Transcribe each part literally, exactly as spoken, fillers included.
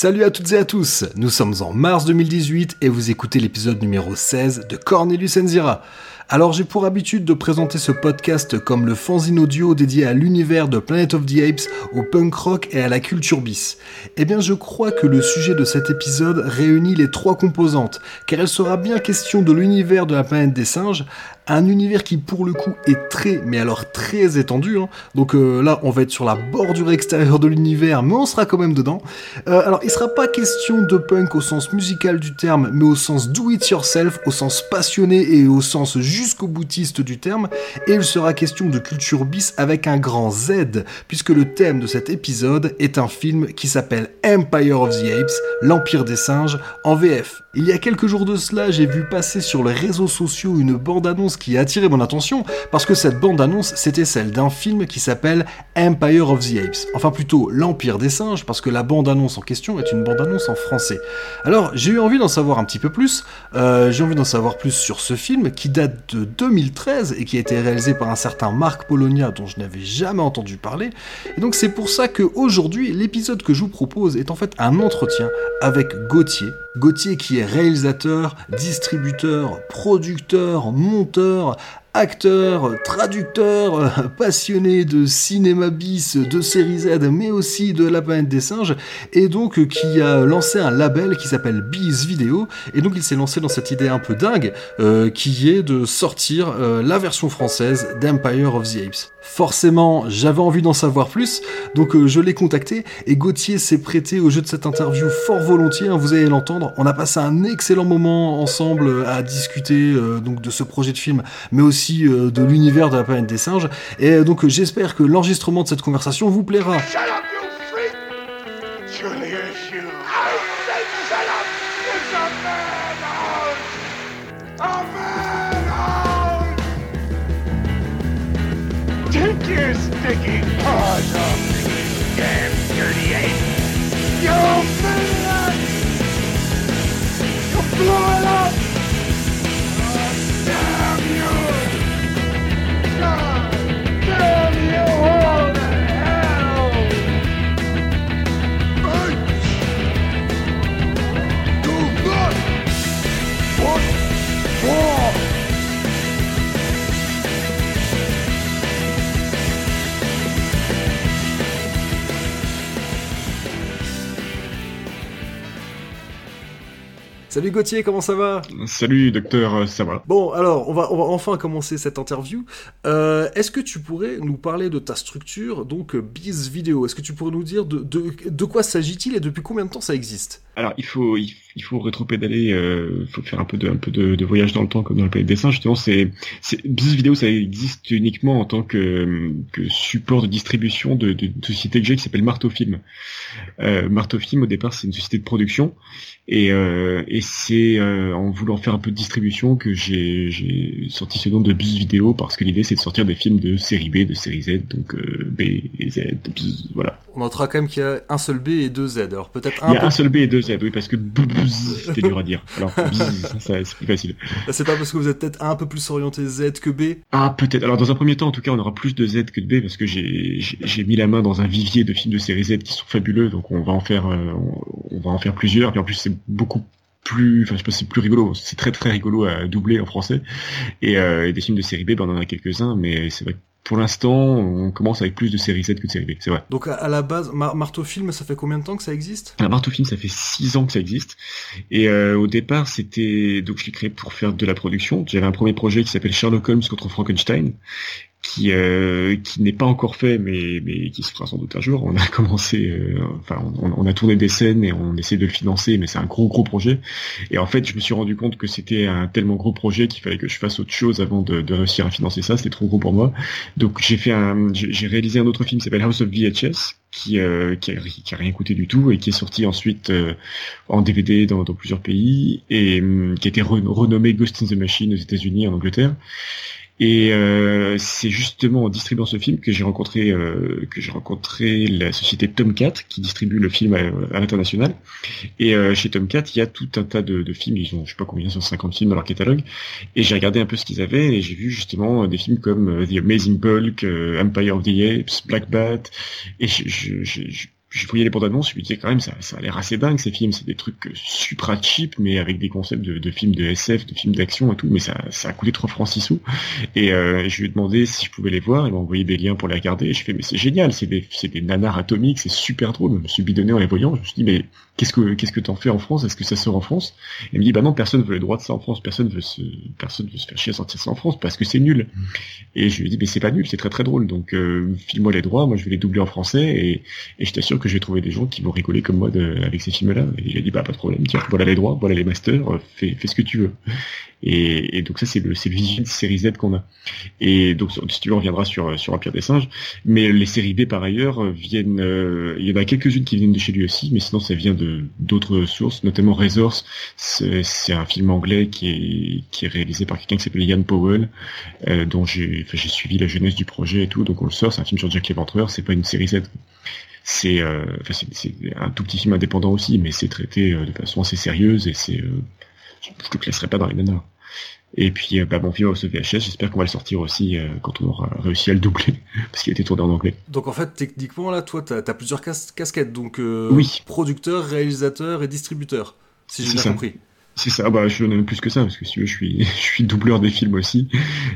Salut à toutes et à tous, nous sommes en mars deux mille dix-huit et vous écoutez l'épisode numéro seize de Cornelius Enzira. Alors j'ai pour habitude de présenter ce podcast comme le fanzine audio dédié à l'univers de Planet of the Apes, au punk rock et à la culture bis. Eh bien je crois que le sujet de cet épisode réunit les trois composantes, car il sera bien question de l'univers de la planète des singes, un univers qui pour le coup est très, mais alors très étendu, hein. Donc euh, là on va être sur la bordure extérieure de l'univers, mais on sera quand même dedans. Euh, alors il sera pas question de punk au sens musical du terme, mais au sens do it yourself, au sens passionné et au sens jusqu'au boutiste du terme, et il sera question de culture bis avec un grand Z, puisque le thème de cet épisode est un film qui s'appelle Empire of the Apes, l'Empire des singes, en V F. Il y a quelques jours de cela, j'ai vu passer sur les réseaux sociaux une bande-annonce qui a attiré mon attention, parce que cette bande-annonce, c'était celle d'un film qui s'appelle Empire of the Apes. Enfin plutôt, l'Empire des singes, parce que la bande-annonce en question est une bande-annonce en français. Alors, j'ai eu envie d'en savoir un petit peu plus, euh, j'ai envie d'en savoir plus sur ce film, qui date de deux mille treize, et qui a été réalisé par un certain Marc Polonia, dont je n'avais jamais entendu parler, et donc c'est pour ça qu'aujourd'hui, l'épisode que je vous propose est en fait un entretien avec Gauthier, Gauthier qui est réalisateur, distributeur, producteur, monteur, acteur, traducteur, passionné de cinéma bis, de série Z, mais aussi de la planète des singes, et donc qui a lancé un label qui s'appelle Biz Video, et donc il s'est lancé dans cette idée un peu dingue, euh, qui est de sortir euh, la version française d'Empire of the Apes. Forcément, j'avais envie d'en savoir plus, donc euh, je l'ai contacté, et Gauthier s'est prêté au jeu de cette interview fort volontiers, hein, vous allez l'entendre. On a passé un excellent moment ensemble à discuter euh, donc de ce projet de film, mais aussi de l'univers de la planète des singes, et donc j'espère que l'enregistrement de cette conversation vous plaira. Shut up, you freak! Surely it's you. I said shut up! It's a madhouse! A madhouse! Take your sticky paws off me, you damn dirty ape! You maniac! You blew it up! Oh, damn you! Salut Gauthier, comment ça va ? Salut docteur, ça va. Bon, alors, on va, on va enfin commencer cette interview. Euh, est-ce que tu pourrais nous parler de ta structure, donc Biz Video ? Est-ce que tu pourrais nous dire de, de, de quoi s'agit-il et depuis combien de temps ça existe ? Alors, il faut, il, il faut rétro-pédaler, euh, il faut faire un peu de, un peu de, de voyage dans le temps comme dans le planète des singes. Justement, c'est, c'est, Biz Video, ça existe uniquement en tant que, que support de distribution de, de, de société que j'ai qui s'appelle Marteau Film. Euh, Marteau Film, au départ, c'est une société de production. Et, euh, et c'est euh, en voulant faire un peu de distribution que j'ai, j'ai sorti ce nom de Biz Video, parce que l'idée c'est de sortir des films de série B, de série Z, donc euh, B et Z, Bzz, voilà. On notera quand même qu'il y a un seul B et deux Z, alors peut-être un Il y a peu... un seul B et deux Z, oui, parce que bzz, c'était dur à dire, alors bzz, ça, c'est plus facile. C'est pas parce que vous êtes peut-être un peu plus orienté Z que B ? Ah, peut-être, alors dans un premier temps en tout cas on aura plus de Z que de B, parce que j'ai, j'ai, j'ai mis la main dans un vivier de films de série Z qui sont fabuleux, donc on va en faire, euh, on, on va en faire plusieurs, puis en plus c'est beaucoup plus, enfin je pense que c'est plus rigolo, c'est très très rigolo à doubler en français, et, euh, et des films de série B, ben on en a quelques-uns, mais c'est vrai que pour l'instant on commence avec plus de série Z que de série B, c'est vrai. Donc à la base, Mar- Marteau Film, ça fait combien de temps que ça existe ? Alors, Marteau Film, ça fait six ans que ça existe, et euh, au départ c'était, donc je l'ai créé pour faire de la production. J'avais un premier projet qui s'appelle Sherlock Holmes contre Frankenstein, qui euh, qui n'est pas encore fait, mais mais qui se fera sans doute un jour. On a commencé, euh, enfin on, on a tourné des scènes et on essaie de le financer, mais c'est un gros gros projet. Et en fait, je me suis rendu compte que c'était un tellement gros projet qu'il fallait que je fasse autre chose avant de, de réussir à financer ça. C'était trop gros pour moi. Donc j'ai fait un, j'ai, j'ai réalisé un autre film qui s'appelle House of V H S, qui euh, qui, a, qui a rien coûté du tout et qui est sorti ensuite euh, en D V D dans, dans plusieurs pays, et euh, qui a été re- renommé Ghost in the Machine aux États-Unis, en Angleterre. Et euh, c'est justement en distribuant ce film que j'ai rencontré euh, que j'ai rencontré la société Tomcat qui distribue le film à, à l'international. Et euh, chez Tomcat, il y a tout un tas de, de films. Ils ont, je sais pas combien, cent cinquante films dans leur catalogue. Et j'ai regardé un peu ce qu'ils avaient et j'ai vu justement des films comme The Amazing Bulk, euh, Empire of the Apes, Black Bat. Et je, je, je, je je voyais les bandes annonces, je me disais quand même ça, ça a l'air assez dingue ces films, c'est des trucs supra cheap mais avec des concepts de, de films de S F, de films d'action et tout, mais ça, ça a coûté trois francs six sous. Et euh, je lui ai demandé si je pouvais les voir, il m'a envoyé des liens pour les regarder. Et je fais mais c'est génial, c'est des, c'est des nanars atomiques, c'est super drôle. Je me suis bidonné en les voyant. Je me suis dit mais qu'est-ce que qu'est-ce que t'en fais en France? Est-ce que ça sort en France? Et il me dit bah non, personne veut les droits de ça en France, personne veut se personne veut se faire chier à sortir ça en France parce que c'est nul. Et je lui ai dit mais c'est pas nul, c'est très très drôle. Donc euh, file-moi les droits, moi je vais les doubler en français et, et je t'assure que je vais trouver des gens qui vont rigoler comme moi de, avec ces films-là. Et il a dit bah pas de problème, tiens, voilà les droits, voilà les masters, fais fais ce que tu veux. Et, et donc ça c'est le c'est le vision de série Z qu'on a. Et donc si tu veux on reviendra sur sur Empire des singes, mais les séries B par ailleurs viennent, euh, il y en a quelques-unes qui viennent de chez lui aussi, mais sinon ça vient de d'autres sources, notamment Razors. C'est, c'est un film anglais qui est qui est réalisé par quelqu'un qui s'appelle Ian Powell, euh, dont j'ai enfin j'ai suivi la jeunesse du projet et tout, donc on le sort. C'est un film sur Jack l'Éventreur, c'est pas une série Z. C'est euh, enfin c'est, c'est un tout petit film indépendant aussi, mais c'est traité euh, de façon assez sérieuse et c'est euh, je te laisserai pas dans les nanars. Et puis, euh, bah, mon film au V H S, j'espère qu'on va le sortir aussi euh, quand on aura réussi à le doubler, parce qu'il a été tourné en anglais. Donc en fait, techniquement, là, toi, t'as, t'as plusieurs cas- casquettes, donc euh, oui. Producteur, réalisateur et distributeur, si j'ai c'est bien ça. compris. C'est ça, bah, je n'en ai plus que ça, parce que si tu veux, je suis, je suis doubleur des films aussi,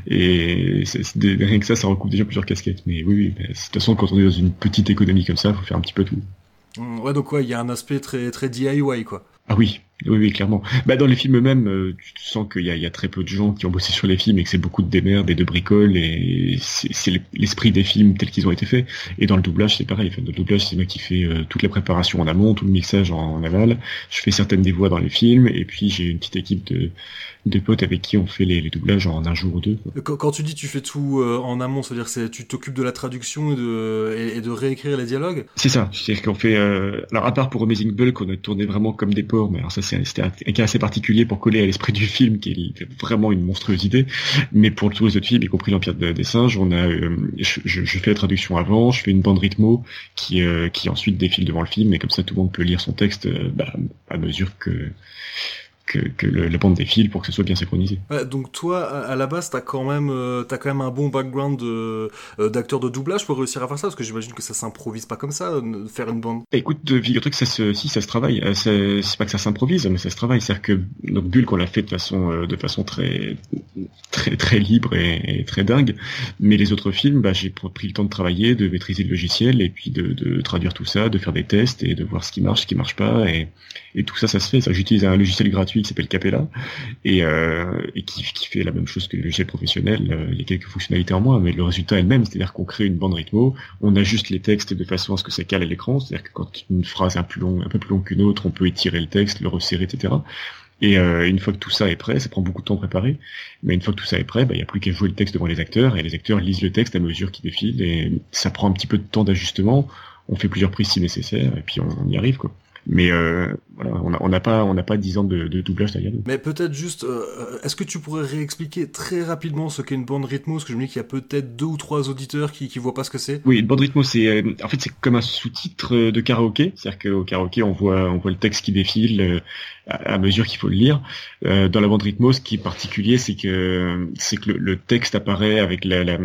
et c'est, c'est des, rien que ça, ça recoupe déjà plusieurs casquettes. Mais oui, oui, bah, de toute façon, quand on est dans une petite économie comme ça, il faut faire un petit peu tout. Mmh, ouais, donc ouais, il y a un aspect très, très D I Y, quoi. Ah oui, oui, oui, clairement. Bah dans les films eux-mêmes, euh, tu sens qu'il y a, il y a très peu de gens qui ont bossé sur les films et que c'est beaucoup de démerdes et de bricoles et c'est, c'est l'esprit des films tels qu'ils ont été faits. Et dans le doublage, c'est pareil. Enfin, dans le doublage, c'est moi qui fais euh, toute la préparation en amont, tout le mixage en, en aval. Je fais certaines des voix dans les films et puis j'ai une petite équipe de, de potes avec qui on fait les, les doublages en un jour ou deux. Quand, quand tu dis tu fais tout euh, en amont, ça veut dire que c'est, tu t'occupes de la traduction et de, et, et de réécrire les dialogues? C'est ça. C'est-à-dire qu'on fait... Euh, alors à part pour Amazing Bulk, on a tourné vraiment comme des porcs, mais alors ça c'est, c'était un, un cas assez particulier pour coller à l'esprit du film, qui est vraiment une monstruosité. Mais pour tous les autres films, y compris l'Empire des singes, on a, euh, je, je, je fais la traduction avant, je fais une bande rythmo qui, euh, qui ensuite défile devant le film, et comme ça tout le monde peut lire son texte euh, bah, à mesure que que, que le, la bande défile pour que ce soit bien synchronisé. Ouais, donc toi, à, à la base, t'as quand même, euh, t'as quand même un bon background de, euh, d'acteur de doublage pour réussir à faire ça, parce que j'imagine que ça s'improvise pas comme ça, euh, faire une bande. Écoute, figure-toi que ça se, si ça se travaille, euh, c'est, c'est pas que ça s'improvise, mais ça se travaille. C'est-à-dire que donc Bulk, on l'a fait de façon, euh, de façon très, très, très libre et, et très dingue. Mais les autres films, bah, j'ai pris le temps de travailler, de maîtriser le logiciel et puis de, de traduire tout ça, de faire des tests et de voir ce qui marche, ce qui marche pas, et, et tout ça, ça se fait. Ça, j'utilise un logiciel gratuit qui s'appelle Capella et, euh, et qui, qui fait la même chose que le logiciel professionnel. Euh, il y a quelques fonctionnalités en moins, mais le résultat est le même, c'est-à-dire qu'on crée une bande rythmo, on ajuste les textes de façon à ce que ça cale à l'écran, c'est-à-dire que quand une phrase est un, plus long, un peu plus longue qu'une autre, on peut étirer le texte, le resserrer, et cetera. Et euh, une fois que tout ça est prêt, ça prend beaucoup de temps à préparer, mais une fois que tout ça est prêt, bah, il n'y a plus qu'à jouer le texte devant les acteurs, et les acteurs lisent le texte à mesure qu'ils défilent, et ça prend un petit peu de temps d'ajustement, on fait plusieurs prises si nécessaire, et puis on, on y arrive, quoi. Mais euh, voilà, on n'a on a pas on n'a pas dix ans de, de doublage derrière nous. Mais peut-être juste, euh, est-ce que tu pourrais réexpliquer très rapidement ce qu'est une bande rythmo, parce que je me dis qu'il y a peut-être deux ou trois auditeurs qui qui voient pas ce que c'est. Oui, une bande rythmo, c'est euh, en fait c'est comme un sous-titre de karaoké, c'est-à-dire qu'au karaoké on voit on voit le texte qui défile euh, à, à mesure qu'il faut le lire. Euh, dans la bande rythmo, ce qui est particulier, c'est que c'est que le, le texte apparaît avec la, la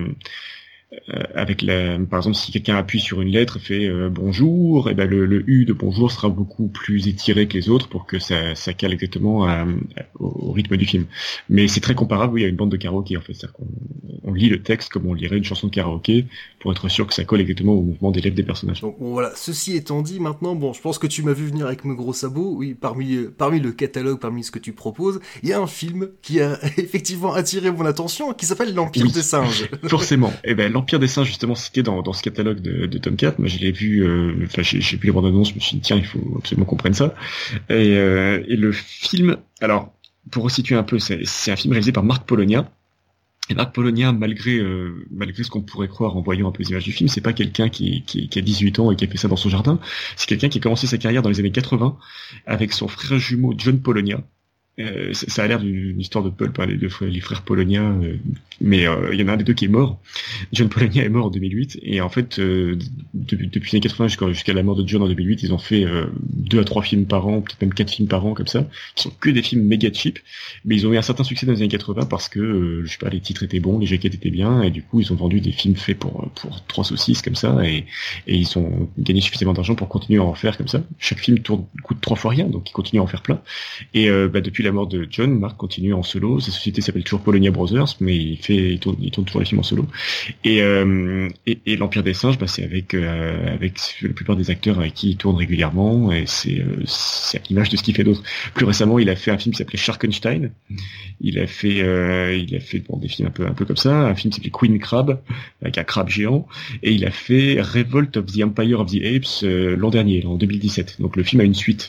Euh, avec la, par exemple, si quelqu'un appuie sur une lettre, fait euh, bonjour, et ben le, le U de bonjour sera beaucoup plus étiré que les autres pour que ça, ça cale exactement à, à, au, au rythme du film. Mais c'est très comparable, oui, à une bande de karaoké en fait, c'est-à-dire qu'on on lit le texte comme on lirait une chanson de karaoké pour être sûr que ça colle exactement au mouvement des lèvres des personnages. Donc bon, voilà, ceci étant dit, maintenant, bon, je pense que tu m'as vu venir avec mes gros sabots. Oui, parmi euh, parmi le catalogue, parmi ce que tu proposes, il y a un film qui a effectivement attiré mon attention, qui s'appelle L'Empire oui, des singes. Forcément. Et ben l'Empire des singes, justement, c'était dans, dans ce catalogue de, de Tomcat. Moi, je l'ai vu, enfin, euh, j'ai, j'ai vu les bandes annonces, je me suis dit, tiens, il faut absolument qu'on prenne ça. Et, euh, et le film, alors, pour resituer un peu, c'est, c'est un film réalisé par Marc Polonia. Et Marc Polonia, malgré euh, malgré ce qu'on pourrait croire en voyant un peu les images du film, c'est pas quelqu'un qui, qui, qui a dix-huit ans et qui a fait ça dans son jardin. C'est quelqu'un qui a commencé sa carrière dans les années quatre-vingts avec son frère jumeau John Polonia. Euh, ça, ça a l'air d'une histoire de pulp, hein, les deux frères, les frères Polonia, euh, mais euh, il y en a un des deux qui est mort. John Polonia est mort en deux mille huit, et en fait, euh, depuis, depuis les années quatre-vingts jusqu'à, jusqu'à la mort de John en deux mille huit, ils ont fait euh, deux à trois films par an, peut-être même quatre films par an comme ça, qui sont que des films méga cheap, mais ils ont eu un certain succès dans les années quatre-vingts parce que, euh, je sais pas, les titres étaient bons, les jaquettes étaient bien, et du coup, ils ont vendu des films faits pour pour trois saucisses comme ça, et, et ils ont gagné suffisamment d'argent pour continuer à en faire comme ça. Chaque film tourne, coûte trois fois rien, donc ils continuent à en faire plein. Et euh, bah, depuis la mort de John, Mark continue en solo. Sa société s'appelle toujours Polonia Brothers, mais il fait, il tourne, il tourne toujours les films en solo. Et, euh, et, et l'Empire des Singes, bah, c'est avec, euh, avec la plupart des acteurs avec qui il tourne régulièrement, et c'est, euh, c'est à l'image de ce qu'il fait d'autre. Plus récemment, il a fait un film qui s'appelait Sharkenstein. Il a fait, euh, il a fait bon, des films un peu, un peu comme ça. Un film qui s'appelait Queen Crab, avec un crabe géant. Et il a fait Revolt of the Empire of the Apes euh, l'an dernier, en deux mille dix-sept. Donc le film a une suite.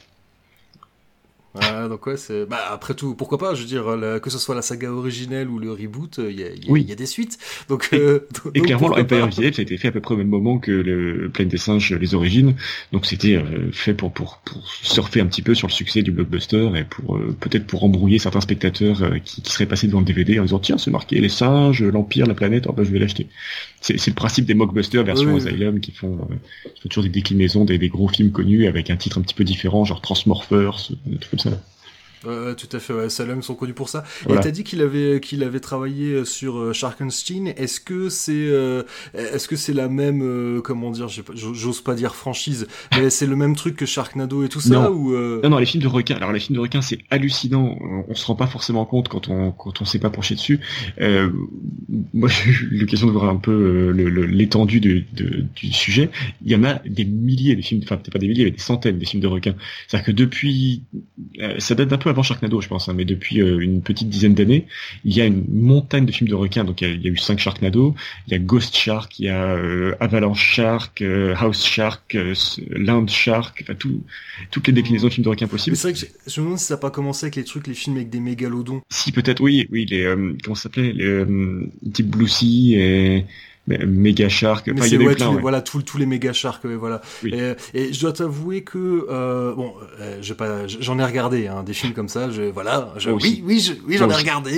Ah, donc ouais, c'est bah après tout, pourquoi pas, je veux dire, la, que ce soit la saga originelle ou le reboot, il y a, y a, oui. y a des suites. Donc, et, euh, et donc clairement, l'Empire pas. of the Apes a été fait à peu près au même moment que le Planète des Singes, les origines. Donc c'était euh, fait pour, pour pour surfer un petit peu sur le succès du blockbuster et pour euh, peut-être pour embrouiller certains spectateurs euh, qui, qui seraient passés devant le D V D en disant tiens, c'est marqué les singes, l'Empire, la planète, oh, bah, je vais l'acheter. C'est, c'est le principe des mockbusters version oui, Asylum oui. qui font euh, qui font toujours des déclinaisons des, des gros films connus avec un titre un petit peu différent, genre Transmorphers, des trucs comme ça. Euh, tout à fait, ouais. Salem sont connus pour ça. Voilà. Et t'as dit qu'il avait qu'il avait travaillé sur euh, Sharkenstein. Est-ce que c'est euh, est-ce que c'est la même euh, comment dire, j'ose pas dire franchise, mais c'est le même truc que Sharknado et tout ça non. ou euh... non non les films de requins. Alors les films de requins c'est hallucinant. On, on se rend pas forcément compte quand on quand on s'est pas penché dessus. Euh, moi j'ai eu l'occasion de voir un peu euh, le, le, l'étendue de, de, du sujet. Il y en a des milliers de films, enfin peut-être pas des milliers, mais des centaines de films de requins. C'est-à-dire que depuis euh, ça date d'un peu avant Sharknado, je pense, hein, mais depuis euh, une petite dizaine d'années, il y a une montagne de films de requins. Donc il y a, il y a eu cinq Sharknado, il y a Ghost Shark, il y a euh, Avalanche Shark, euh, House Shark, euh, Land Shark, enfin tout, toutes les déclinaisons de films de requins possibles. Mais c'est vrai que je me demande si ça n'a pas commencé avec les trucs, les films avec des mégalodons. Si peut-être, oui, oui, les euh, comment ça s'appelait, les euh, Deep Blue Sea et Méga Shark, enfin, il y en a eu plein, ouais. Voilà, tous tous les méga sharks, ouais, voilà. Oui. Et, et je dois t'avouer que euh, bon, euh, je pas, j'en ai regardé hein, des films comme ça. Je voilà, je, oui, oui, je, oui, j'en ai regardé.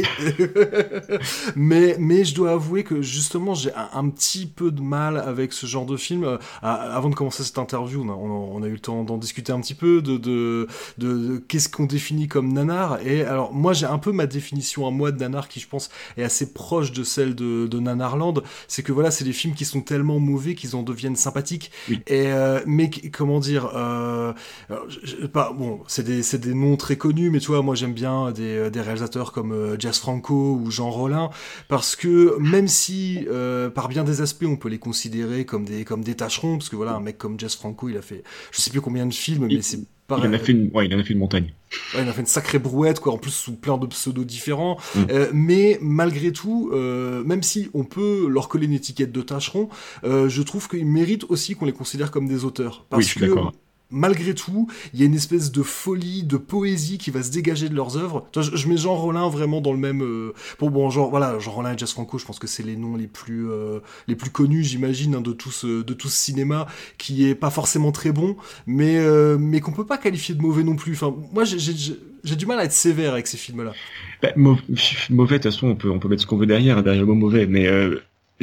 mais mais je dois avouer que justement, j'ai un, un petit peu de mal avec ce genre de film. Euh, avant de commencer cette interview, on a, on a eu le temps d'en discuter un petit peu de de, de de qu'est-ce qu'on définit comme nanar. Et alors moi, j'ai un peu ma définition à moi de nanar qui, je pense, est assez proche de celle de, de Nanarland. C'est que voilà, c'est des films qui sont tellement mauvais qu'ils en deviennent sympathiques. Oui. Et euh, mais comment dire, euh, je, pas bon, c'est des c'est des noms très connus, mais tu vois, moi j'aime bien des des réalisateurs comme euh, Jess Franco ou Jean Rollin parce que même si euh, par bien des aspects on peut les considérer comme des comme des tâcherons, parce que voilà, un mec comme Jess Franco, il a fait je sais plus combien de films, il, mais c'est pareil. Il en a fait une, ouais, il en a fait une montagne. Ouais, il a fait une sacrée brouette, quoi, en plus sous plein de pseudos différents. Mm. Euh, mais malgré tout, euh, même si on peut leur coller une étiquette de tâcheron, euh, je trouve qu'ils méritent aussi qu'on les considère comme des auteurs. Parce oui, je suis que d'accord. Malgré tout, il y a une espèce de folie, de poésie qui va se dégager de leurs œuvres. Toi, je, je mets Jean Rollin vraiment dans le même. Euh... Bon, bon, genre voilà, Jean Rollin et Jess Franco, je pense que c'est les noms les plus euh, les plus connus, j'imagine, hein, de tout ce de tout ce cinéma qui est pas forcément très bon, mais euh, mais qu'on peut pas qualifier de mauvais non plus. Enfin, moi, j'ai j'ai, j'ai du mal à être sévère avec ces films-là. Bah, mauvais, mauvais, de toute façon, on peut on peut mettre ce qu'on veut derrière, derrière le mot mauvais, mais. Euh...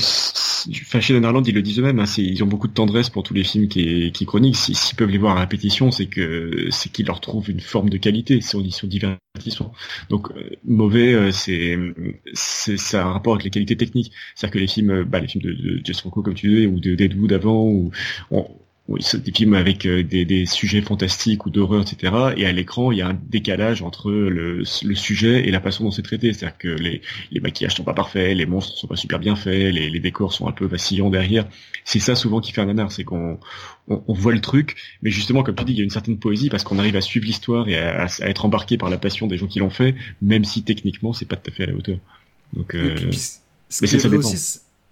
Enfin, chez Nanarland, ils le disent eux-mêmes, hein, c'est, ils ont beaucoup de tendresse pour tous les films qui, qui chroniquent. S'ils, s'ils peuvent les voir à répétition, c'est que c'est qu'ils leur trouvent une forme de qualité, c'est audition divertissement. Donc euh, mauvais, euh, c'est, c'est ça a un rapport avec les qualités techniques. C'est-à-dire que les films, bah les films de, de Jess Franco comme tu disais, ou de Deadwood avant, ou on, oui, c'est des films avec euh, des, des sujets fantastiques ou d'horreur, et cetera. Et à l'écran, il y a un décalage entre le, le sujet et la façon dont c'est traité. C'est-à-dire que les, les maquillages sont pas parfaits, les monstres sont pas super bien faits, les, les décors sont un peu vacillants derrière. C'est ça souvent qui fait un nanar, c'est qu'on on, on voit le truc, mais justement, comme tu dis, il y a une certaine poésie parce qu'on arrive à suivre l'histoire et à, à être embarqué par la passion des gens qui l'ont fait, même si techniquement, c'est pas tout à fait à la hauteur. Donc, euh, puis, mais ça, ça dépend. Aussi,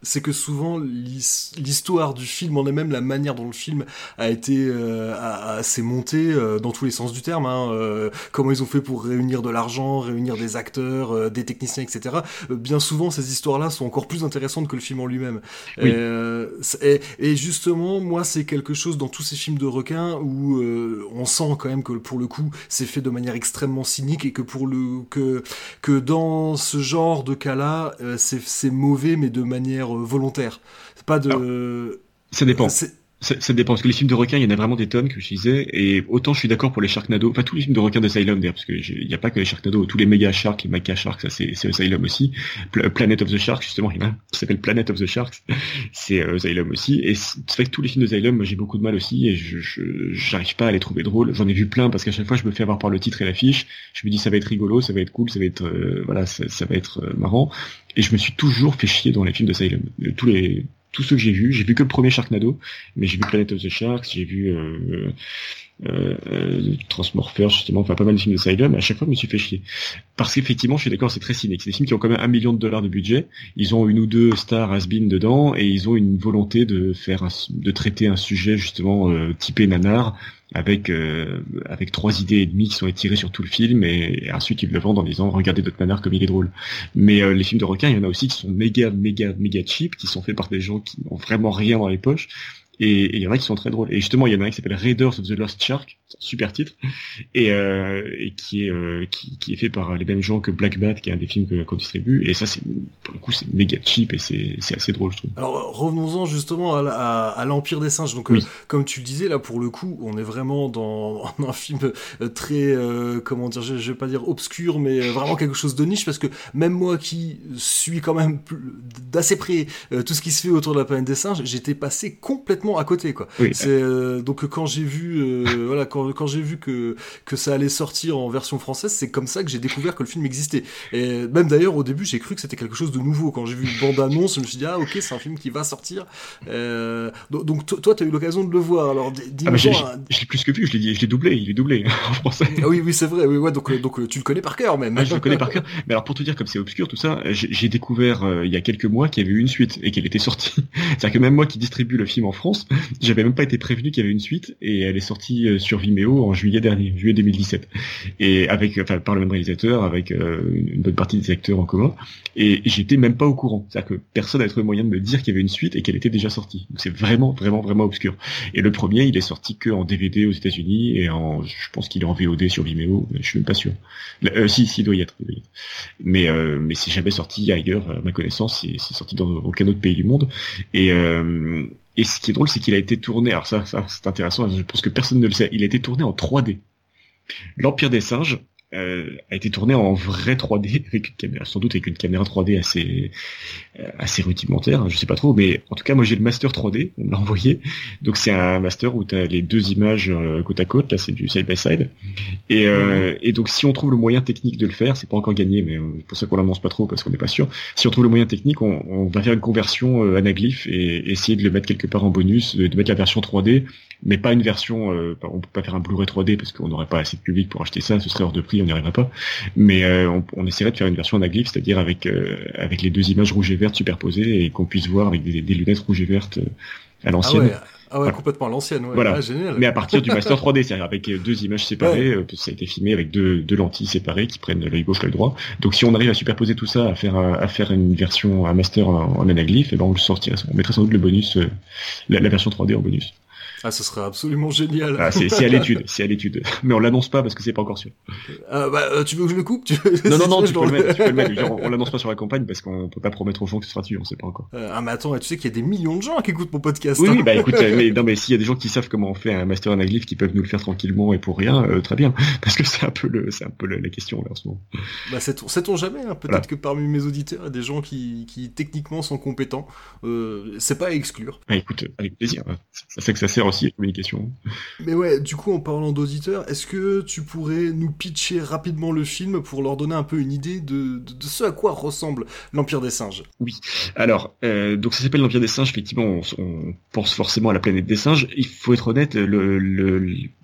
c'est que souvent l'histoire du film en elle-même, la manière dont le film a été euh, a, a, s'est monté euh, dans tous les sens du terme, hein, euh, comment ils ont fait pour réunir de l'argent, réunir des acteurs, euh, des techniciens, et cetera. Euh, bien souvent, ces histoires-là sont encore plus intéressantes que le film en lui-même. Oui. Euh, et, et justement, moi, c'est quelque chose dans tous ces films de requins où euh, on sent quand même que pour le coup, c'est fait de manière extrêmement cynique et que pour le que que dans ce genre de cas-là, euh, c'est c'est mauvais, mais de manière volontaire. C'est pas de... Alors, ça dépend. C'est... Ça, ça dépend, parce que les films de requins, il y en a vraiment des tonnes, que je disais, et autant je suis d'accord pour les Sharknado, enfin tous les films de requins d'Asylum d'ailleurs, parce que il n'y a pas que les Sharknado, tous les méga sharks, les maca sharks, ça c'est, c'est Asylum aussi. Pl- Planet of the Sharks, justement, il y en a un qui s'appelle Planet of the Sharks, c'est euh, Asylum aussi, et c'est vrai que tous les films d'Asylum, moi j'ai beaucoup de mal aussi, et je, je j'arrive pas à les trouver drôles. J'en ai vu plein, parce qu'à chaque fois je me fais avoir par le titre et l'affiche, je me dis ça va être rigolo, ça va être cool, ça va être, euh, voilà, ça, ça va être euh, marrant, et je me suis toujours fait chier dans les films d'Asylum. Tous les Tous ceux que j'ai vus, j'ai vu que le premier Sharknado, mais j'ai vu Planet of the Sharks, j'ai vu euh, euh, euh, Transmorphers, justement, enfin pas mal de films d'Asylum, et à chaque fois je me suis fait chier. Parce qu'effectivement, je suis d'accord, c'est très cynique. C'est des films qui ont quand même un million de dollars de budget, ils ont une ou deux stars has-been dedans, et ils ont une volonté de faire un, de traiter un sujet justement euh, typé nanar, avec euh, avec trois idées et demie qui sont étirées sur tout le film, et, et ensuite ils le vendent en disant regardez notre nanar comme il est drôle. Mais euh, les films de requins, il y en a aussi qui sont méga méga méga cheap, qui sont faits par des gens qui n'ont vraiment rien dans les poches, et il y en a qui sont très drôles. Et justement, il y en a un qui s'appelle Raiders of the Lost Shark, c'est un super titre, et, euh, et qui est euh, qui, qui est fait par les mêmes gens que Black Bat, qui est un des films que, qu'on distribue, et ça c'est pour le coup c'est méga cheap et c'est c'est assez drôle, je trouve. Alors revenons-en justement à, à, à l'Empire des Singes. Donc oui. euh, comme tu le disais là, pour le coup, on est vraiment dans un film très euh, comment dire, je, je vais pas dire obscur, mais vraiment quelque chose de niche, parce que même moi qui suis quand même d'assez près euh, tout ce qui se fait autour de la planète des singes, j'étais passé complètement à côté, quoi. Oui. C'est euh, donc quand j'ai vu euh, voilà quand quand j'ai vu que que ça allait sortir en version française, c'est comme ça que j'ai découvert que le film existait. Et même d'ailleurs au début, j'ai cru que c'était quelque chose de nouveau. Quand j'ai vu une bande-annonce, je me suis dit ah ok, c'est un film qui va sortir. Euh, donc toi, tu as eu l'occasion de le voir. Alors dis-moi. Ah bah j'ai, un... je l'ai plus que vu, je l'ai dit, je l'ai doublé, il est doublé en français. Ah oui oui c'est vrai. Oui ouais donc donc tu le connais par cœur même. Ah, je le connais par cœur. Mais alors pour te dire comme c'est obscur tout ça, j'ai, j'ai découvert euh, il y a quelques mois qu'il y avait eu une suite et qu'elle était sortie. C'est-à-dire que même moi qui distribue le film en France, j'avais même pas été prévenu qu'il y avait une suite, et elle est sortie euh, sur Vimeo en juillet dernier, juillet deux mille dix-sept, et avec enfin par le même réalisateur, avec euh, une bonne partie des acteurs en commun, et j'étais même pas au courant. C'est-à-dire que personne n'avait trouvé moyen de me dire qu'il y avait une suite et qu'elle était déjà sortie. Donc c'est vraiment vraiment vraiment obscur. Et le premier, il est sorti que en D V D aux États-Unis, et en je pense qu'il est en V O D sur Vimeo, je suis même pas sûr. Euh, si si il doit y être. Il doit y être. Mais euh, mais c'est jamais sorti ailleurs à ma connaissance, c'est, c'est sorti dans aucun autre pays du monde. Et euh, Et ce qui est drôle, c'est qu'il a été tourné, alors ça, ça c'est intéressant, je pense que personne ne le sait, il a été tourné en trois D. L'Empire des Singes euh, a été tourné en vrai trois D, avec une caméra, sans doute avec une caméra trois D assez euh, assez rudimentaire, je sais pas trop, mais en tout cas moi j'ai le master trois D, on me l'a envoyé, donc c'est un master où tu as les deux images euh, côte à côte, là c'est du side by side, et, euh, et donc si on trouve le moyen technique de le faire, c'est pas encore gagné, mais euh, c'est pour ça qu'on l'annonce pas trop, parce qu'on n'est pas sûr, si on trouve le moyen technique, on, on va faire une conversion euh, anaglyphe et essayer de le mettre quelque part en bonus, de, de mettre la version trois D, mais pas une version, euh, on peut pas faire un Blu-ray trois D parce qu'on n'aurait pas assez de public pour acheter ça, ce serait hors de prix, on n'y arriverait pas. Mais euh, on, on essaierait de faire une version anaglyphe, c'est-à-dire avec euh, avec les deux images rouges et vertes superposées et qu'on puisse voir avec des, des lunettes rouges et vertes euh, à l'ancienne. Ah ouais. Ah ouais, voilà. Complètement à l'ancienne, ouais. Voilà. Ah, génial. Mais à partir du master trois D, c'est-à-dire avec deux images séparées, ouais. Ça a été filmé avec deux, deux lentilles séparées qui prennent l'œil gauche, l'œil droit. Donc si on arrive à superposer tout ça, à faire à faire une version, un master en, en anaglyphe, et ben on le sortirait, on mettrait sans doute le bonus, euh, la, la version trois D en bonus. Ah, ce serait absolument génial. Ah, c'est, c'est à l'étude, c'est à l'étude. Mais on l'annonce pas parce que c'est pas encore sûr. Euh, bah, euh, tu veux que je le coupe? tu... Non, non, non, tu peux le mettre, tu peux le mettre. Genre, on l'annonce pas sur la campagne parce qu'on peut pas promettre aux gens que ce sera dessus, on sait pas encore. Euh, ah, mais attends, tu sais qu'il y a des millions de gens qui écoutent mon podcast. Oui, hein. oui, bah écoute, euh, mais non, mais s'il y a des gens qui savent comment on fait un master anaglyphe, qui peuvent nous le faire tranquillement et pour rien, euh, très bien. Parce que c'est un peu le, c'est un peu le, la question, là, en ce moment. Bah, sait-on, sait-on jamais, hein. Peut-être voilà. Que parmi mes auditeurs, il y a des gens qui, qui techniquement sont compétents. Euh, c'est pas à exclure. Ah, écoute, avec plaisir. Ça fait que ça sert aussi à la communication. Mais ouais, du coup, en parlant d'auditeurs, est-ce que tu pourrais nous pitcher rapidement le film pour leur donner un peu une idée de, de, de ce à quoi ressemble l'Empire des Singes? Oui. Alors, euh, donc ça s'appelle l'Empire des Singes. Effectivement, on, on pense forcément à la planète des singes. Il faut être honnête, le, le,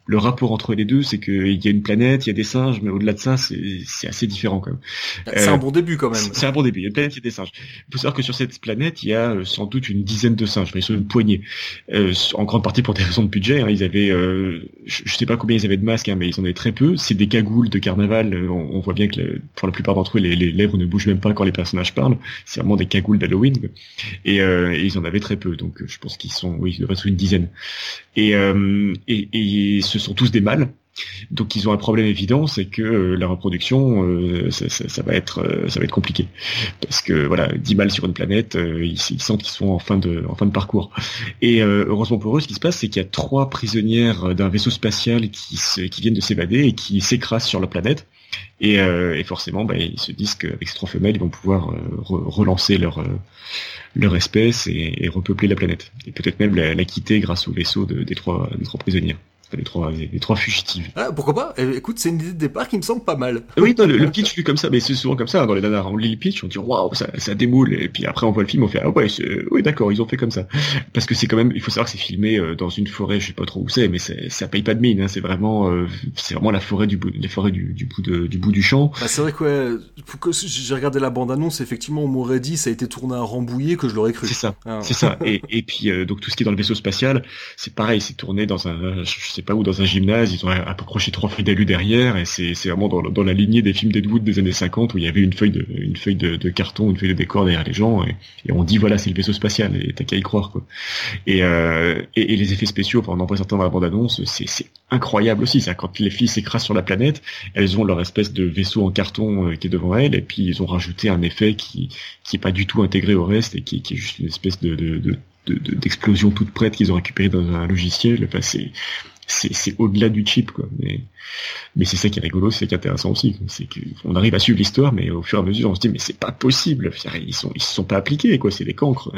le rapport entre les deux, c'est qu'il y a une planète, il y a des singes, mais au-delà de ça, c'est, c'est assez différent quand même. C'est euh, un bon début quand même. C'est, c'est un bon début. Il y a une planète, il y a des singes. Il faut savoir que sur cette planète, il y a euh, sans doute une dizaine de singes, enfin, ils sont une poignée. Euh, en grande partie pour des raisons de budget. Hein, ils avaient, euh, je, je sais pas combien ils avaient de masques, hein, mais ils en avaient très peu. C'est des cagoules de carnaval. On, on voit bien que le, pour la plupart d'entre eux, les, les lèvres ne bougent même pas quand les personnages parlent. C'est vraiment des cagoules d'Halloween. Et, euh, et ils en avaient très peu. Donc je pense qu'ils sont, oui, ils doivent être une dizaine. Et, euh, et, et ce sont tous des mâles. Donc ils ont un problème évident, c'est que euh, la reproduction, euh, ça, ça, ça va être, euh, ça va être compliqué, parce que voilà, dix mâles sur une planète, euh, ils, ils sentent qu'ils sont en fin de, en fin de parcours. Et euh, heureusement pour eux, ce qui se passe, c'est qu'il y a trois prisonnières d'un vaisseau spatial qui, se, qui viennent de s'évader et qui s'écrasent sur la planète. Et, euh, et forcément, bah, ils se disent qu'avec ces trois femelles, ils vont pouvoir euh, re- relancer leur euh, leur espèce et, et repeupler la planète, et peut-être même la, la quitter grâce au vaisseau de, des trois des trois prisonnières. Les trois, les trois fugitives. Ah, pourquoi pas? Eh, écoute, c'est une idée de départ qui me semble pas mal. Oui, non, le, le pitch lu comme ça, mais c'est souvent comme ça, hein, dans les nanars. On lit le pitch, on dit waouh, ça, ça démoule, et puis après on voit le film, on fait ah ouais, c'est, oui d'accord, ils ont fait comme ça. Parce que c'est quand même, il faut savoir que c'est filmé euh, dans une forêt, je sais pas trop où c'est, mais c'est, ça paye pas de mine, hein, c'est vraiment, euh, c'est vraiment la forêt du bout, les forêts du, du bout de, du bout du champ. Bah c'est vrai que ouais, que j'ai regardé la bande annonce, effectivement, on m'aurait dit ça a été tourné à Rambouillet que je l'aurais cru. C'est ça, ah. c'est ça. Et, et puis euh, donc tout ce qui est dans le vaisseau spatial, c'est pareil, c'est tourné dans un, je sais pas où, dans un gymnase. Ils ont accroché trois feuilles d'alu derrière, et c'est, c'est vraiment dans, dans la lignée des films d'Ed Wood des années cinquante où il y avait une feuille de, une feuille de, de carton, une feuille de décor derrière les gens, et, et on dit voilà, c'est le vaisseau spatial, et t'as qu'à y croire, quoi. Et, euh, et, et les effets spéciaux, enfin, on en voit certains dans la bande-annonce, c'est, c'est incroyable aussi. C'est quand les filles s'écrasent sur la planète, elles ont leur espèce de vaisseau en carton euh, qui est devant elles, et puis ils ont rajouté un effet qui, qui est pas du tout intégré au reste, et qui, qui est juste une espèce de, de, de, de d'explosion toute prête qu'ils ont récupérée dans un logiciel. Enfin, c'est c'est c'est au-delà du chip, quoi. Mais mais c'est ça qui est rigolo, c'est ça qui est intéressant aussi, quoi. C'est qu'on arrive à suivre l'histoire, mais au fur et à mesure on se dit mais c'est pas possible, ils sont ils se sont pas appliqués, quoi. C'est des cancres.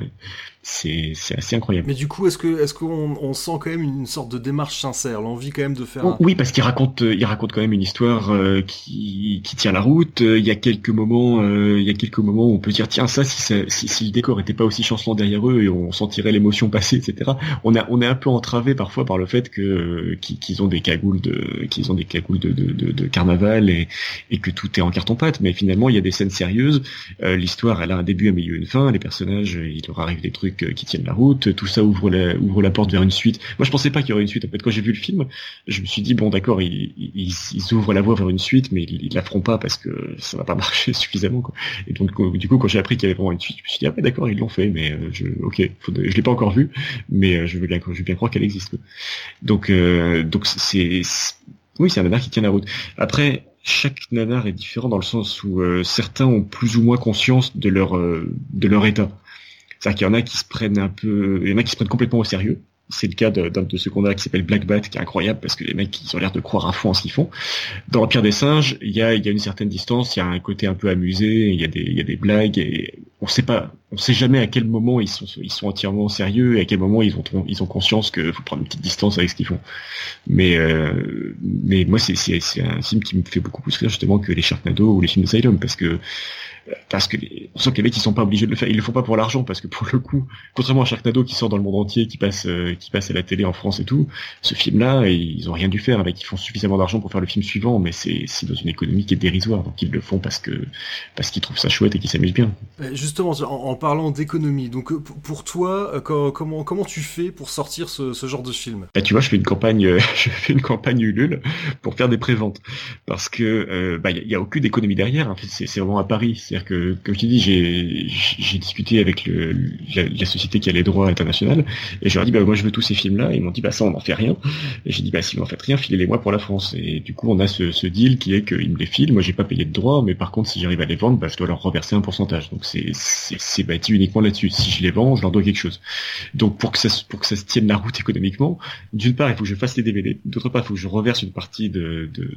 C'est c'est assez incroyable. Mais du coup, est-ce que est-ce qu'on on sent quand même une sorte de démarche sincère, l'envie quand même de faire. Oh, un... Oui, parce qu'il raconte il raconte quand même une histoire euh, qui qui tient la route. Il y a quelques moments euh, il y a quelques moments où on peut dire tiens ça si ça, si, si le décor était pas aussi chancelant derrière eux et on sentirait l'émotion passer, et cetera. On a on est un peu entravé parfois par le fait que qu'ils ont des cagoules de qu'ils ont des cagoules de de, de, de carnaval et et que tout est en carton-pâte. Mais finalement il y a des scènes sérieuses. Euh, l'histoire elle a un début, un milieu, une fin. Les personnages il leur arrive des trucs qui tiennent la route, tout ça ouvre la, ouvre la porte vers une suite. Moi, je pensais pas qu'il y aurait une suite. En fait, quand j'ai vu le film, je me suis dit, bon, d'accord, ils, ils, ils ouvrent la voie vers une suite, mais ils, ils la feront pas parce que ça va pas marcher suffisamment, quoi. Et donc, du coup, quand j'ai appris qu'il y avait vraiment une suite, je me suis dit, ah ouais, d'accord, ils l'ont fait, mais euh, je, ok, faut, je l'ai pas encore vu, mais euh, je veux bien, je veux bien croire qu'elle existe, quoi. Donc, euh, donc c'est, c'est, oui, c'est un nanar qui tient la route. Après, chaque nanar est différent dans le sens où euh, certains ont plus ou moins conscience de leur, euh, de leur état. C'est-à-dire qu'il y en a qui se prennent un peu, il y en a qui se prennent complètement au sérieux. C'est le cas d'un de ceux qu'on a qui s'appelle Black Bat, qui est incroyable parce que les mecs ils ont l'air de croire à fond en ce qu'ils font. Dans l'Empire des singes, il y a il y a une certaine distance, il y a un côté un peu amusé, il y a des il y a des blagues et on sait pas, on sait jamais à quel moment ils sont ils sont entièrement sérieux et à quel moment ils ont ils ont conscience qu'il faut prendre une petite distance avec ce qu'ils font. Mais euh, mais moi c'est c'est c'est un film qui me fait beaucoup plus rire justement que les Sharknado ou les films d'Asylum parce que parce que les, on sent que les mecs ils sont pas obligés de le faire, ils le font pas pour l'argent parce que pour le coup, contrairement à Sharknado qui sort dans le monde entier, qui passe euh, qui passe à la télé en France et tout, ce film-là ils ont rien dû faire, les mecs ils font suffisamment d'argent pour faire le film suivant, mais c'est c'est dans une économie qui est dérisoire, donc ils le font parce que parce qu'ils trouvent ça chouette et qu'ils s'amusent bien. Justement, en, en parlant d'économie, donc pour toi, comment comment tu fais pour sortir ce, ce genre de film? Bah, tu vois, je fais une campagne, euh, je fais une campagne Ulule pour faire des préventes parce que euh, bah il y, y a aucune économie derrière, hein. c'est c'est vraiment à Paris. C'est-à-dire que, comme je t'ai dit, j'ai, j'ai discuté avec le, la, la société qui a les droits internationaux, et je leur ai dit, bah, moi, je veux tous ces films-là, et ils m'ont dit, bah, ça, on n'en fait rien. Et j'ai dit, bah, si vous n'en faites rien, filez-les-moi pour la France. Et du coup, on a ce, ce deal qui est qu'ils me les filent, moi, j'ai pas payé de droits, mais par contre, si j'arrive à les vendre, bah, je dois leur reverser un pourcentage. Donc, c'est, c'est, c'est bâti uniquement là-dessus. Si je les vends, je leur dois quelque chose. Donc, pour que ça, pour que ça se tienne la route économiquement, d'une part, il faut que je fasse les D V D. D'autre part, il faut que je reverse une partie de, de,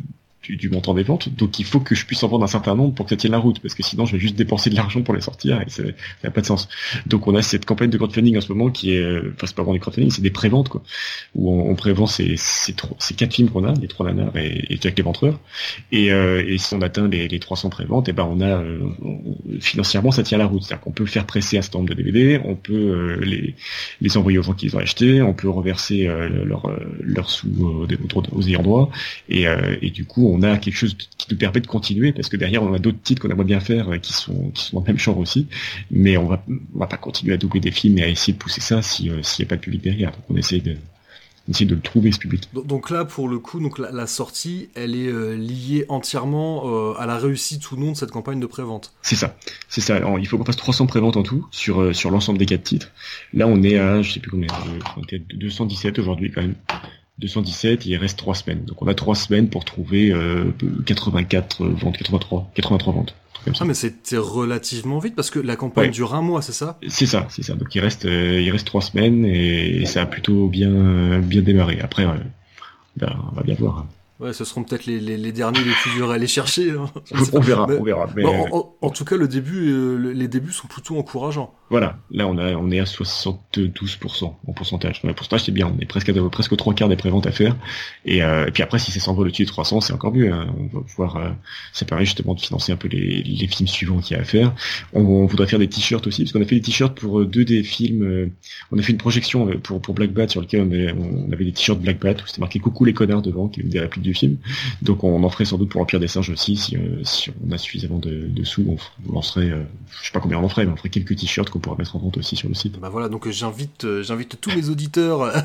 du, du montant des ventes, donc il faut que je puisse en vendre un certain nombre pour que ça tienne la route, parce que sinon je vais juste dépenser de l'argent pour les sortir et ça n'a pas de sens. Donc on a cette campagne de crowdfunding en ce moment qui est, enfin c'est pas vraiment du crowdfunding, c'est des préventes quoi, où on, on prévend ces, ces, trois, ces quatre films qu'on a, les trois nanars et, et Jack l'Éventreur, et, euh, et si on atteint les, les trois cents préventes, et ben on a euh, on, financièrement ça tient la route, c'est-à-dire qu'on peut faire presser un certain nombre de D V D, on peut euh, les, les envoyer aux gens qui les ont achetés, on peut reverser euh, leur, leur sous aux, aux ayants droit, et, euh, et du coup on a quelque chose qui nous permet de continuer, parce que derrière on a d'autres titres qu'on aimerait bien faire qui sont qui sont dans le même genre aussi, mais on va on va pas continuer à doubler des films et à essayer de pousser ça si euh, s'il n'y a pas de public derrière. Donc on essaie de on essaie de le trouver ce public. Donc là pour le coup donc la, la sortie elle est euh, liée entièrement euh, à la réussite ou non de cette campagne de prévente. C'est ça, c'est ça. Alors, il faut qu'on fasse trois cents préventes en tout sur euh, sur l'ensemble des quatre titres. Là on est à je sais plus combien, on était à deux cent dix-sept aujourd'hui quand même. deux cent dix-sept, il reste trois semaines. Donc on a trois semaines pour trouver euh, quatre-vingt-quatre ventes, quatre-vingt-trois, quatre-vingt-trois ventes. Comme ça. Ah mais c'était relativement vite parce que la campagne ouais. dure un mois, c'est ça ? C'est ça, c'est ça. Donc il reste, euh, il reste trois semaines et, et ça a plutôt bien, bien démarré. Après, euh, ben, on va bien voir. Ouais, ce seront peut-être les, les, les derniers les plus durs à aller chercher. Hein. On verra, mais, on verra. Mais... Bon, en, en, en tout cas, le début, euh, les débuts sont plutôt encourageants. Voilà, là on a, on est à soixante-douze pour cent en pourcentage. Le pourcentage c'est bien, on est presque à, presque aux trois quarts des préventes à faire. Et, euh, et puis après, si ça s'envole au-dessus de trois cents, c'est encore mieux. Hein. On va pouvoir, euh, ça permet justement de financer un peu les, les films suivants qu'il y a à faire. On, on voudrait faire des t-shirts aussi, parce qu'on a fait des t-shirts pour deux des films. Euh, on a fait une projection pour pour Black Bat sur lequel on avait, on avait des t-shirts Black Bat où c'était marqué Coucou les connards devant, qui est une des répliques du film. Donc on en ferait sans doute pour Empire des singes aussi, si, euh, si on a suffisamment de, de sous, on, on lancerait, euh, je sais pas combien on en ferait, mais on ferait quelques t-shirts qu'on pourra mettre en vente aussi sur le site. Bah voilà, donc j'invite, euh, j'invite tous mes auditeurs à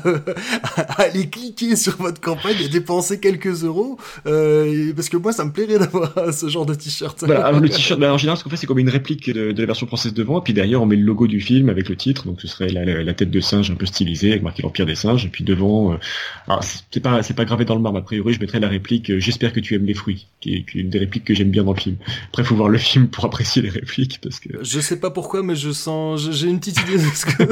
aller cliquer sur votre campagne et dépenser quelques euros, euh, parce que moi ça me plairait d'avoir ce genre de t-shirt. Voilà, alors le t-shirt, bah, en général ce qu'on fait c'est qu'on met une réplique de, de la version française devant, et puis derrière on met le logo du film avec le titre, donc ce serait la, la, la tête de singe un peu stylisée avec marqué l'Empire des singes, et puis devant, euh, alors c'est pas c'est pas gravé dans le marbre, a priori je mettrais la réplique euh, j'espère que tu aimes les fruits, qui est, qui est une des répliques que j'aime bien dans le film. Après faut voir le film pour apprécier les répliques, parce que je sais pas pourquoi, mais je sens, j'ai une petite idée de ce que,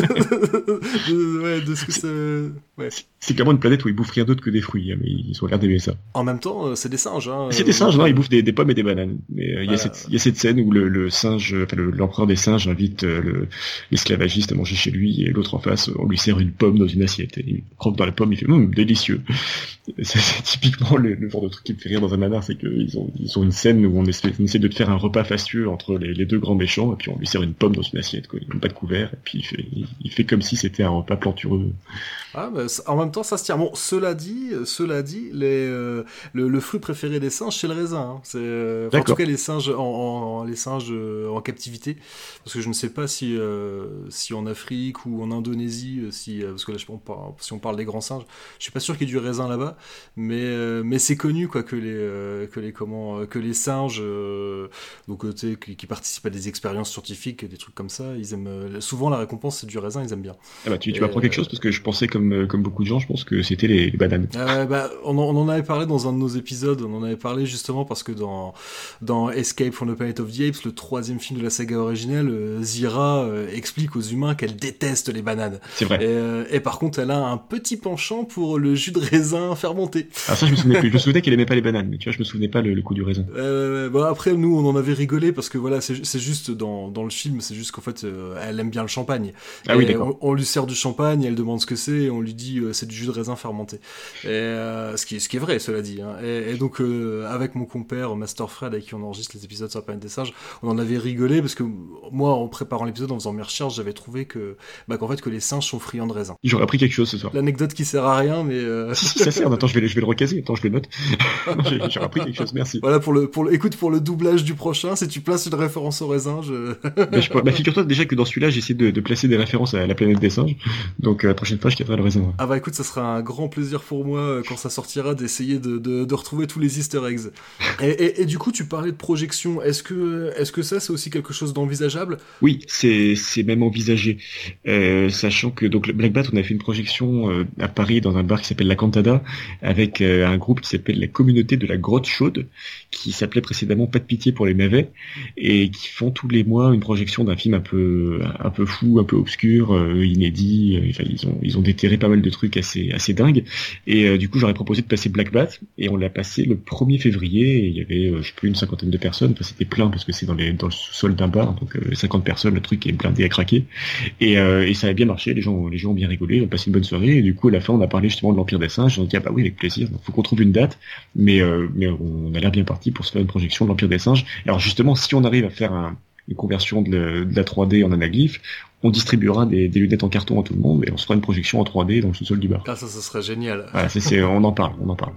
de, ouais, de ce que ça, ouais. C'est clairement une planète où ils bouffent rien d'autre que des fruits, hein, mais ils ont l'air d'aimer ça. En même temps, c'est des singes, hein. C'est des singes, non, ils bouffent des, des pommes et des bananes. Mais il euh, voilà. y a cette, il y a cette scène où le, le singe, enfin le, l'empereur des singes invite euh, le, l'esclavagiste à manger chez lui, et l'autre en face, on lui sert une pomme dans une assiette. Et il croque dans la pomme, il fait hum, délicieux. C'est, c'est typiquement le, le genre de truc qui me fait rire dans un nanar, c'est qu'ils ont, ils ont une scène où on essaie, on essaie de faire un repas fastueux entre les, les deux grands méchants, et puis on lui sert une pomme dans une assiette, quoi. Il n'a pas de couvert, et puis il fait, il, il fait comme si c'était un repas plantureux. Ah, mais en même temps, ça se tient. Bon, cela dit, cela dit, les, euh, le, le fruit préféré des singes, c'est le raisin. Hein. C'est, euh, enfin, en tout cas, les singes en, en, les singes en captivité, parce que je ne sais pas si, euh, si en Afrique ou en Indonésie, si, parce que là, je pense pas, si on parle des grands singes, je suis pas sûr qu'il y ait du raisin là-bas, mais, euh, mais c'est connu, quoi, que les, euh, que les, comment, que les singes, euh, donc, tu sais, qui, qui participent à des expériences scientifiques, des trucs comme ça, ils aiment. Euh, souvent, la récompense, c'est du raisin, ils aiment bien. Ah bah, tu, tu m'apprends euh, quelque chose, parce que je pensais comme comme beaucoup de gens, je pense que c'était les, les bananes. Euh, bah, on, en, on en avait parlé dans un de nos épisodes, on en avait parlé justement parce que dans, dans Escape from the Planet of the Apes, le troisième film de la saga originelle, euh, Zira euh, explique aux humains qu'elle déteste les bananes. C'est vrai. Et, euh, et par contre, elle a un petit penchant pour le jus de raisin fermenté. Ah ça, je me souvenais plus. Je me souvenais qu'elle aimait pas les bananes, mais tu vois, je me souvenais pas le, le coup du raisin. Euh, bah après, nous, on en avait rigolé parce que voilà, c'est, c'est juste dans, dans le film, c'est juste qu'en fait, euh, elle aime bien le champagne. Ah et oui, d'accord. On, on lui sert du champagne, elle demande ce que c'est, et on lui dit euh, c'est du jus de raisin fermenté. Et, euh, ce, qui, ce qui est vrai, cela dit. Hein. Et, et donc, euh, avec mon compère Master Fred, avec qui on enregistre les épisodes sur la planète des singes, on en avait rigolé parce que moi, en préparant l'épisode, en faisant mes recherches, j'avais trouvé que, bah, qu'en fait, que les singes sont friands de raisin. J'aurais appris quelque chose ce soir. L'anecdote qui sert à rien, mais euh... si, si, ça sert. Attends, je vais, je vais le recaser. Attends, je le note. Non, j'ai, j'aurais appris quelque chose. Merci. Voilà pour le, pour le, écoute, pour le doublage du prochain, si tu places une référence au raisin, je. bah, je bah, figure-toi déjà que dans celui-là, j'ai essayé de, de placer des références à la planète des singes. Donc, euh, la prochaine fois, je garderai le raisin. Ouais. Ah bah écoute, ça sera un grand plaisir pour moi quand ça sortira d'essayer de, de, de retrouver tous les Easter eggs. Et, et, et du coup, tu parlais de projection. Est-ce que, est-ce que ça, c'est aussi quelque chose d'envisageable ? Oui, c'est, c'est même envisagé. Euh, sachant que donc Black Bat, on a fait une projection euh, à Paris dans un bar qui s'appelle La Cantada avec euh, un groupe qui s'appelle la Communauté de la Grotte Chaude, qui s'appelait précédemment Pas de pitié pour les navets, et qui font tous les mois une projection d'un film un peu, un peu fou, un peu obscur, euh, inédit. Enfin, ils ont, ils ont déterré pas mal de trucs assez assez dingues. Et euh, du coup, j'aurais proposé de passer Black Bat, et on l'a passé le premier février. Et il y avait, euh, je sais plus, une cinquantaine de personnes. Enfin, c'était plein parce que c'est dans les dans le sous-sol d'un bar, donc euh, cinquante personnes, le truc est blindé à craquer. Et, euh, et ça a bien marché. Les gens les gens ont bien rigolé, ont passé une bonne soirée. Et du coup, à la fin, on a parlé justement de l'Empire des Singes. On a dit ah bah oui, avec plaisir. Donc, faut qu'on trouve une date. Mais euh, mais on a l'air bien parti pour se faire une projection de l'Empire des Singes. Alors justement, si on arrive à faire un, une conversion de, le, de la trois D en anaglyphe, on distribuera des, des lunettes en carton à tout le monde et on se fera une projection en trois D dans le sous-sol du bar. Ah, ça, ça serait génial. Voilà, c'est, c'est, on en parle, on en parle.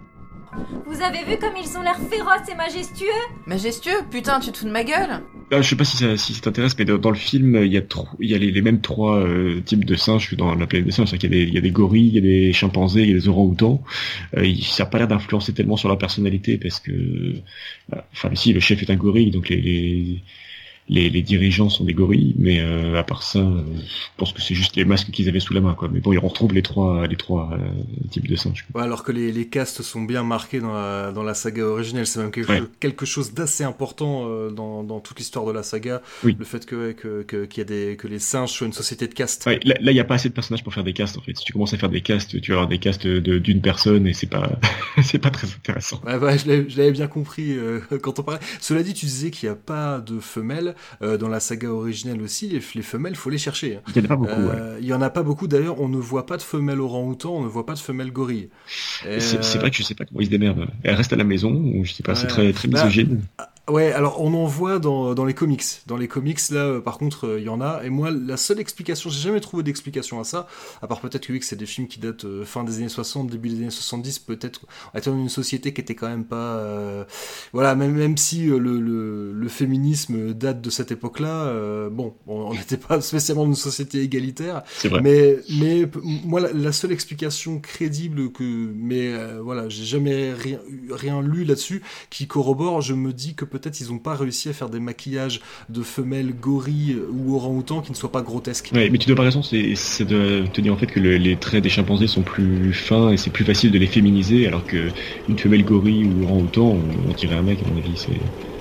Vous avez vu comme ils ont l'air féroces et majestueux ? Majestueux ? Putain, tu te fous de ma gueule ? Ah, je sais pas si ça, si ça t'intéresse, mais dans, dans le film, il y a trop, il y a les, les mêmes trois euh, types de singes que dans la planète des singes. C'est-à-dire qu'il y a des, il y a des gorilles, il y a des chimpanzés, il y a des orang-outans. Euh, il, ça a pas l'air d'influencer tellement sur leur personnalité parce que, euh, enfin, si le chef est un gorille, donc les, les Les, les dirigeants sont des gorilles, mais euh, à part ça, euh, je pense que c'est juste les masques qu'ils avaient sous la main, quoi. Mais bon, ils retrouvent les trois, les trois euh, types de singes. Ouais, alors que les, les castes sont bien marqués dans la, dans la saga originelle, c'est même quelque, ouais. chose, quelque chose d'assez important euh, dans, dans toute l'histoire de la saga. Oui. Le fait que, que, que, qu'il y a des, que les singes soient une société de castes. Ouais, là, il y a pas assez de personnages pour faire des castes, en fait. Si tu commences à faire des castes, tu vas avoir des castes de, d'une personne et c'est pas, c'est pas très intéressant. Ouais, ouais, je l'avais, je l'avais bien compris euh, quand on parlait. Cela dit, tu disais qu'il n'y a pas de femelles. Euh, dans la saga originelle aussi, les, les femelles, faut les chercher. Hein. Il y en a pas beaucoup. Euh, ouais. Il y en a pas beaucoup. D'ailleurs, on ne voit pas de femelles orang-outan, on ne voit pas de femelles gorilles. Et... C'est, c'est vrai que je sais pas comment ils se démerdent. Elle reste à la maison, ou je sais pas, ouais, c'est très, très bah, misogyne. Ouais, alors on en voit dans, dans les comics. Dans les comics, là, euh, par contre, il euh, y en a. Et moi, la seule explication, j'ai jamais trouvé d'explication à ça, à part peut-être que oui, que c'est des films qui datent euh, fin des années soixante, début des années soixante-dix, peut-être. On était dans une société qui était quand même pas... Euh, voilà, même, même si euh, le, le, le féminisme date de cette époque-là, euh, bon, on n'était pas spécialement dans une société égalitaire. C'est vrai. Mais, mais moi, la, la seule explication crédible que... Mais euh, voilà, j'ai jamais rien, rien lu là-dessus qui corrobore. Je me dis que peut-être ils n'ont pas réussi à faire des maquillages de femelles gorilles ou orang-outans qui ne soient pas grotesques. Ouais, mais tu dois pas raison, c'est, c'est de te dire en fait que le, les traits des chimpanzés sont plus fins et c'est plus facile de les féminiser, alors que une femelle gorille ou orang-outan, on, on dirait un mec, à mon avis, c'est...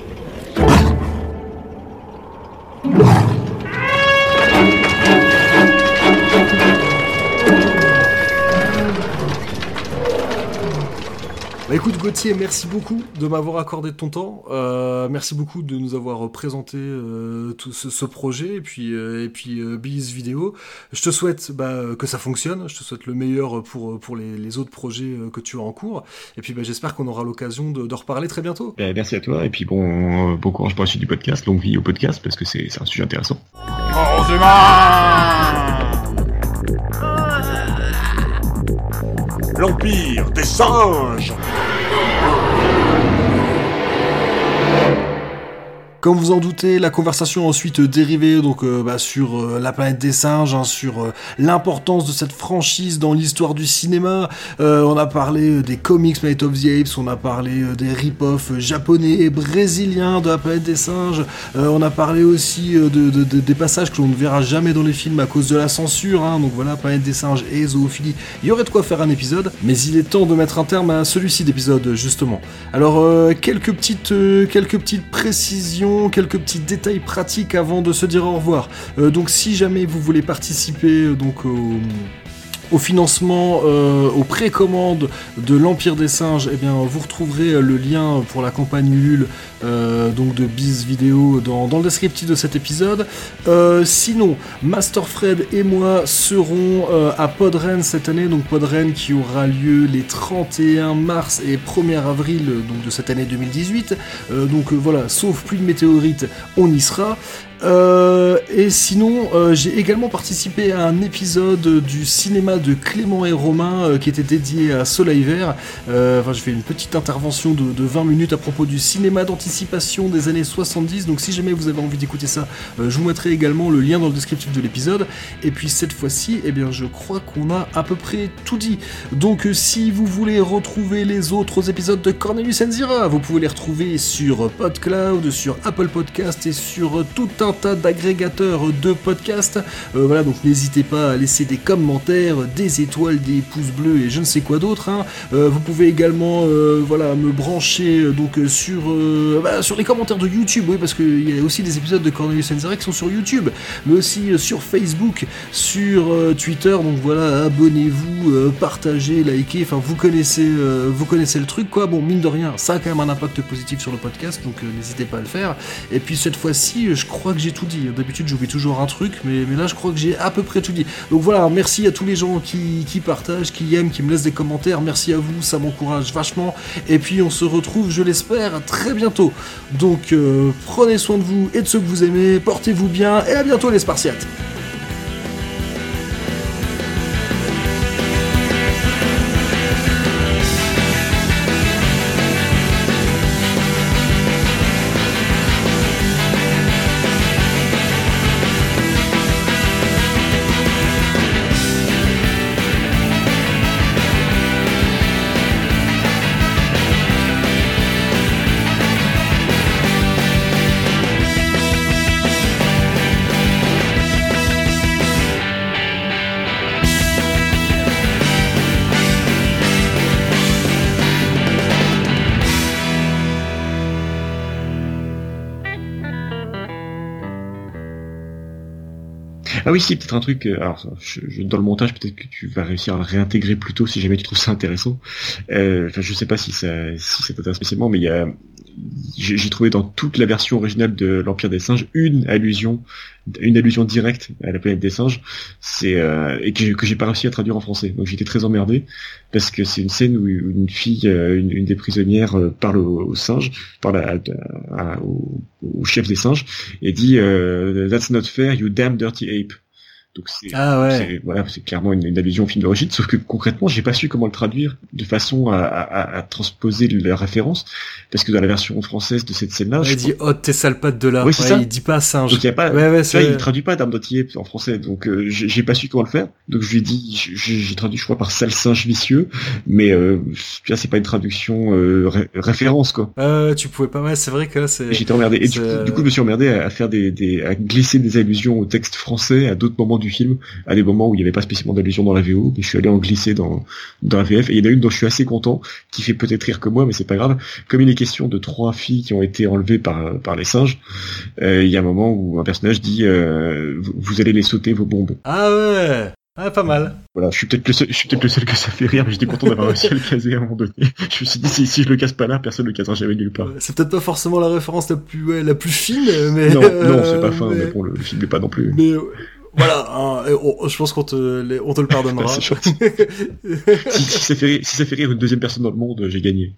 Bah écoute Gauthier, merci beaucoup de m'avoir accordé de ton temps, euh, merci beaucoup de nous avoir présenté euh, tout ce, ce projet et puis euh, et puis euh, Biz Vidéo. Je te souhaite bah, que ça fonctionne, je te souhaite le meilleur pour pour les, les autres projets que tu as en cours et puis bah, j'espère qu'on aura l'occasion de, de reparler très bientôt. Bah, merci à toi et puis bon bon courage pour la suite du podcast, longue vie au podcast parce que c'est c'est un sujet intéressant. Aux humains, l'Empire des singes. Comme vous en doutez, la conversation a ensuite dérivé donc euh, bah, sur euh, la planète des singes, hein, sur euh, l'importance de cette franchise dans l'histoire du cinéma. Euh, on a parlé des comics Planet of the Apes, on a parlé euh, des rip-offs japonais et brésiliens de la planète des singes. Euh, on a parlé aussi euh, de, de, de, des passages que l'on ne verra jamais dans les films à cause de la censure. Hein, donc voilà, Planète des singes et zoophilie. Il y aurait de quoi faire un épisode, mais il est temps de mettre un terme à celui-ci d'épisode justement. Alors euh, quelques petites euh, quelques petites précisions. Quelques petits détails pratiques avant de se dire au revoir. Euh, donc si jamais vous voulez participer euh, donc au, au financement, euh, aux précommandes de l'Empire des Singes, eh bien vous retrouverez le lien pour la campagne Ulule euh, donc de Biz Vidéo dans, dans le descriptif de cet épisode. Euh, sinon, Master Fred et moi serons euh, à Podren cette année, donc Podren qui aura lieu les trente et un mars et premier avril donc de cette année deux mille dix-huit. Euh, donc euh, voilà, sauf pluie de météorites, on y sera. Euh, et sinon, euh, j'ai également participé à un épisode du cinéma de Clément et Romain euh, qui était dédié à Soleil Vert. Euh, enfin, j'ai fait une petite intervention de, de vingt minutes à propos du cinéma d'anticipation des années soixante-dix. Donc, si jamais vous avez envie d'écouter ça, euh, je vous mettrai également le lien dans le descriptif de l'épisode. Et puis, cette fois-ci, eh bien, je crois qu'on a à peu près tout dit. Donc, euh, si vous voulez retrouver les autres épisodes de Cornelius and Zira, vous pouvez les retrouver sur PodCloud, sur Apple Podcast et sur tout un un tas d'agrégateurs de podcasts. Euh, voilà, donc n'hésitez pas à laisser des commentaires, des étoiles, des pouces bleus et je ne sais quoi d'autre. Hein. Euh, vous pouvez également, euh, voilà, me brancher euh, donc sur euh, bah, sur les commentaires de YouTube, oui, parce qu'il y a aussi des épisodes de Cornelius Enzira qui sont sur YouTube, mais aussi euh, sur Facebook, sur euh, Twitter. Donc voilà, abonnez-vous, euh, partagez, likez. Enfin, vous connaissez, euh, vous connaissez le truc, quoi. Bon, mine de rien, ça a quand même un impact positif sur le podcast, donc euh, n'hésitez pas à le faire. Et puis cette fois-ci, je crois que j'ai tout dit. D'habitude, j'oublie toujours un truc, mais, mais là, je crois que j'ai à peu près tout dit. Donc voilà, merci à tous les gens qui, qui partagent, qui aiment, qui me laissent des commentaires. Merci à vous, ça m'encourage vachement. Et puis on se retrouve, je l'espère, très bientôt. Donc euh, prenez soin de vous et de ceux que vous aimez, portez-vous bien et à bientôt les Spartiates. Ah oui, si, peut-être un truc, euh, alors, je, je, dans le montage, peut-être que tu vas réussir à le réintégrer plus tôt si jamais tu trouves ça intéressant. Euh, enfin, je sais pas si ça, si ça t'intéresse spécialement, mais il y a, j'ai, j'ai trouvé dans toute la version originale de l'Empire des Singes une allusion, une allusion directe à la planète des singes, c'est, euh, et que j'ai, que j'ai pas réussi à traduire en français. Donc j'étais très emmerdé, parce que c'est une scène où une fille, une, une des prisonnières parle aux, aux singes, parle à, à, à, au, au chef des singes, et dit, euh, That's not fair, you damn dirty ape. Donc c'est, ah ouais. c'est, voilà, c'est clairement une, une allusion au film d'origine, sauf que concrètement, j'ai pas su comment le traduire de façon à, à, à transposer la référence, parce que dans la version française de cette scène-là, il dit oh tes sales pattes de là, oui, c'est ouais, ça. il dit pas singe. Donc il y a pas, ouais, ouais, tu vois, il traduit pas Dame Dotier en français, donc euh, j'ai, j'ai pas su comment le faire. Donc je lui ai dit, j'ai, j'ai traduit, je crois, par sale singe vicieux, mais euh, tu vois, c'est pas une traduction euh, ré- référence quoi. Euh, tu pouvais pas, ouais, c'est vrai que c'est. J'étais emmerdé, et du coup, du coup, je me suis emmerdé à, à faire des, des, à glisser des allusions au texte français à d'autres moments du film, à des moments où il n'y avait pas spécialement d'allusion dans la V O, mais je suis allé en glisser dans, dans la V F, et il y en a une dont je suis assez content, qui fait peut-être rire que moi, mais c'est pas grave. Comme il est question de trois filles qui ont été enlevées par, par les singes, euh, il y a un moment où un personnage dit, euh, vous, vous allez les sauter vos bombes. Ah ouais! Ah, pas mal. Voilà, je suis peut-être le seul, je suis peut-être le seul que ça fait rire, mais j'étais content d'avoir réussi à le caser à un moment donné. Je me suis dit, si, si je le casse pas là, personne le cassera jamais nulle part. C'est peut-être pas forcément la référence la plus, ouais, la plus fine, mais... Non, euh, non, c'est pas fin, mais... mais bon, le, le film n'est pas non plus. Mais, voilà, hein, on, je pense qu'on te, on te le pardonnera. C'est chouette. si, si, ça fait rire, si ça fait rire une deuxième personne dans le monde, j'ai gagné.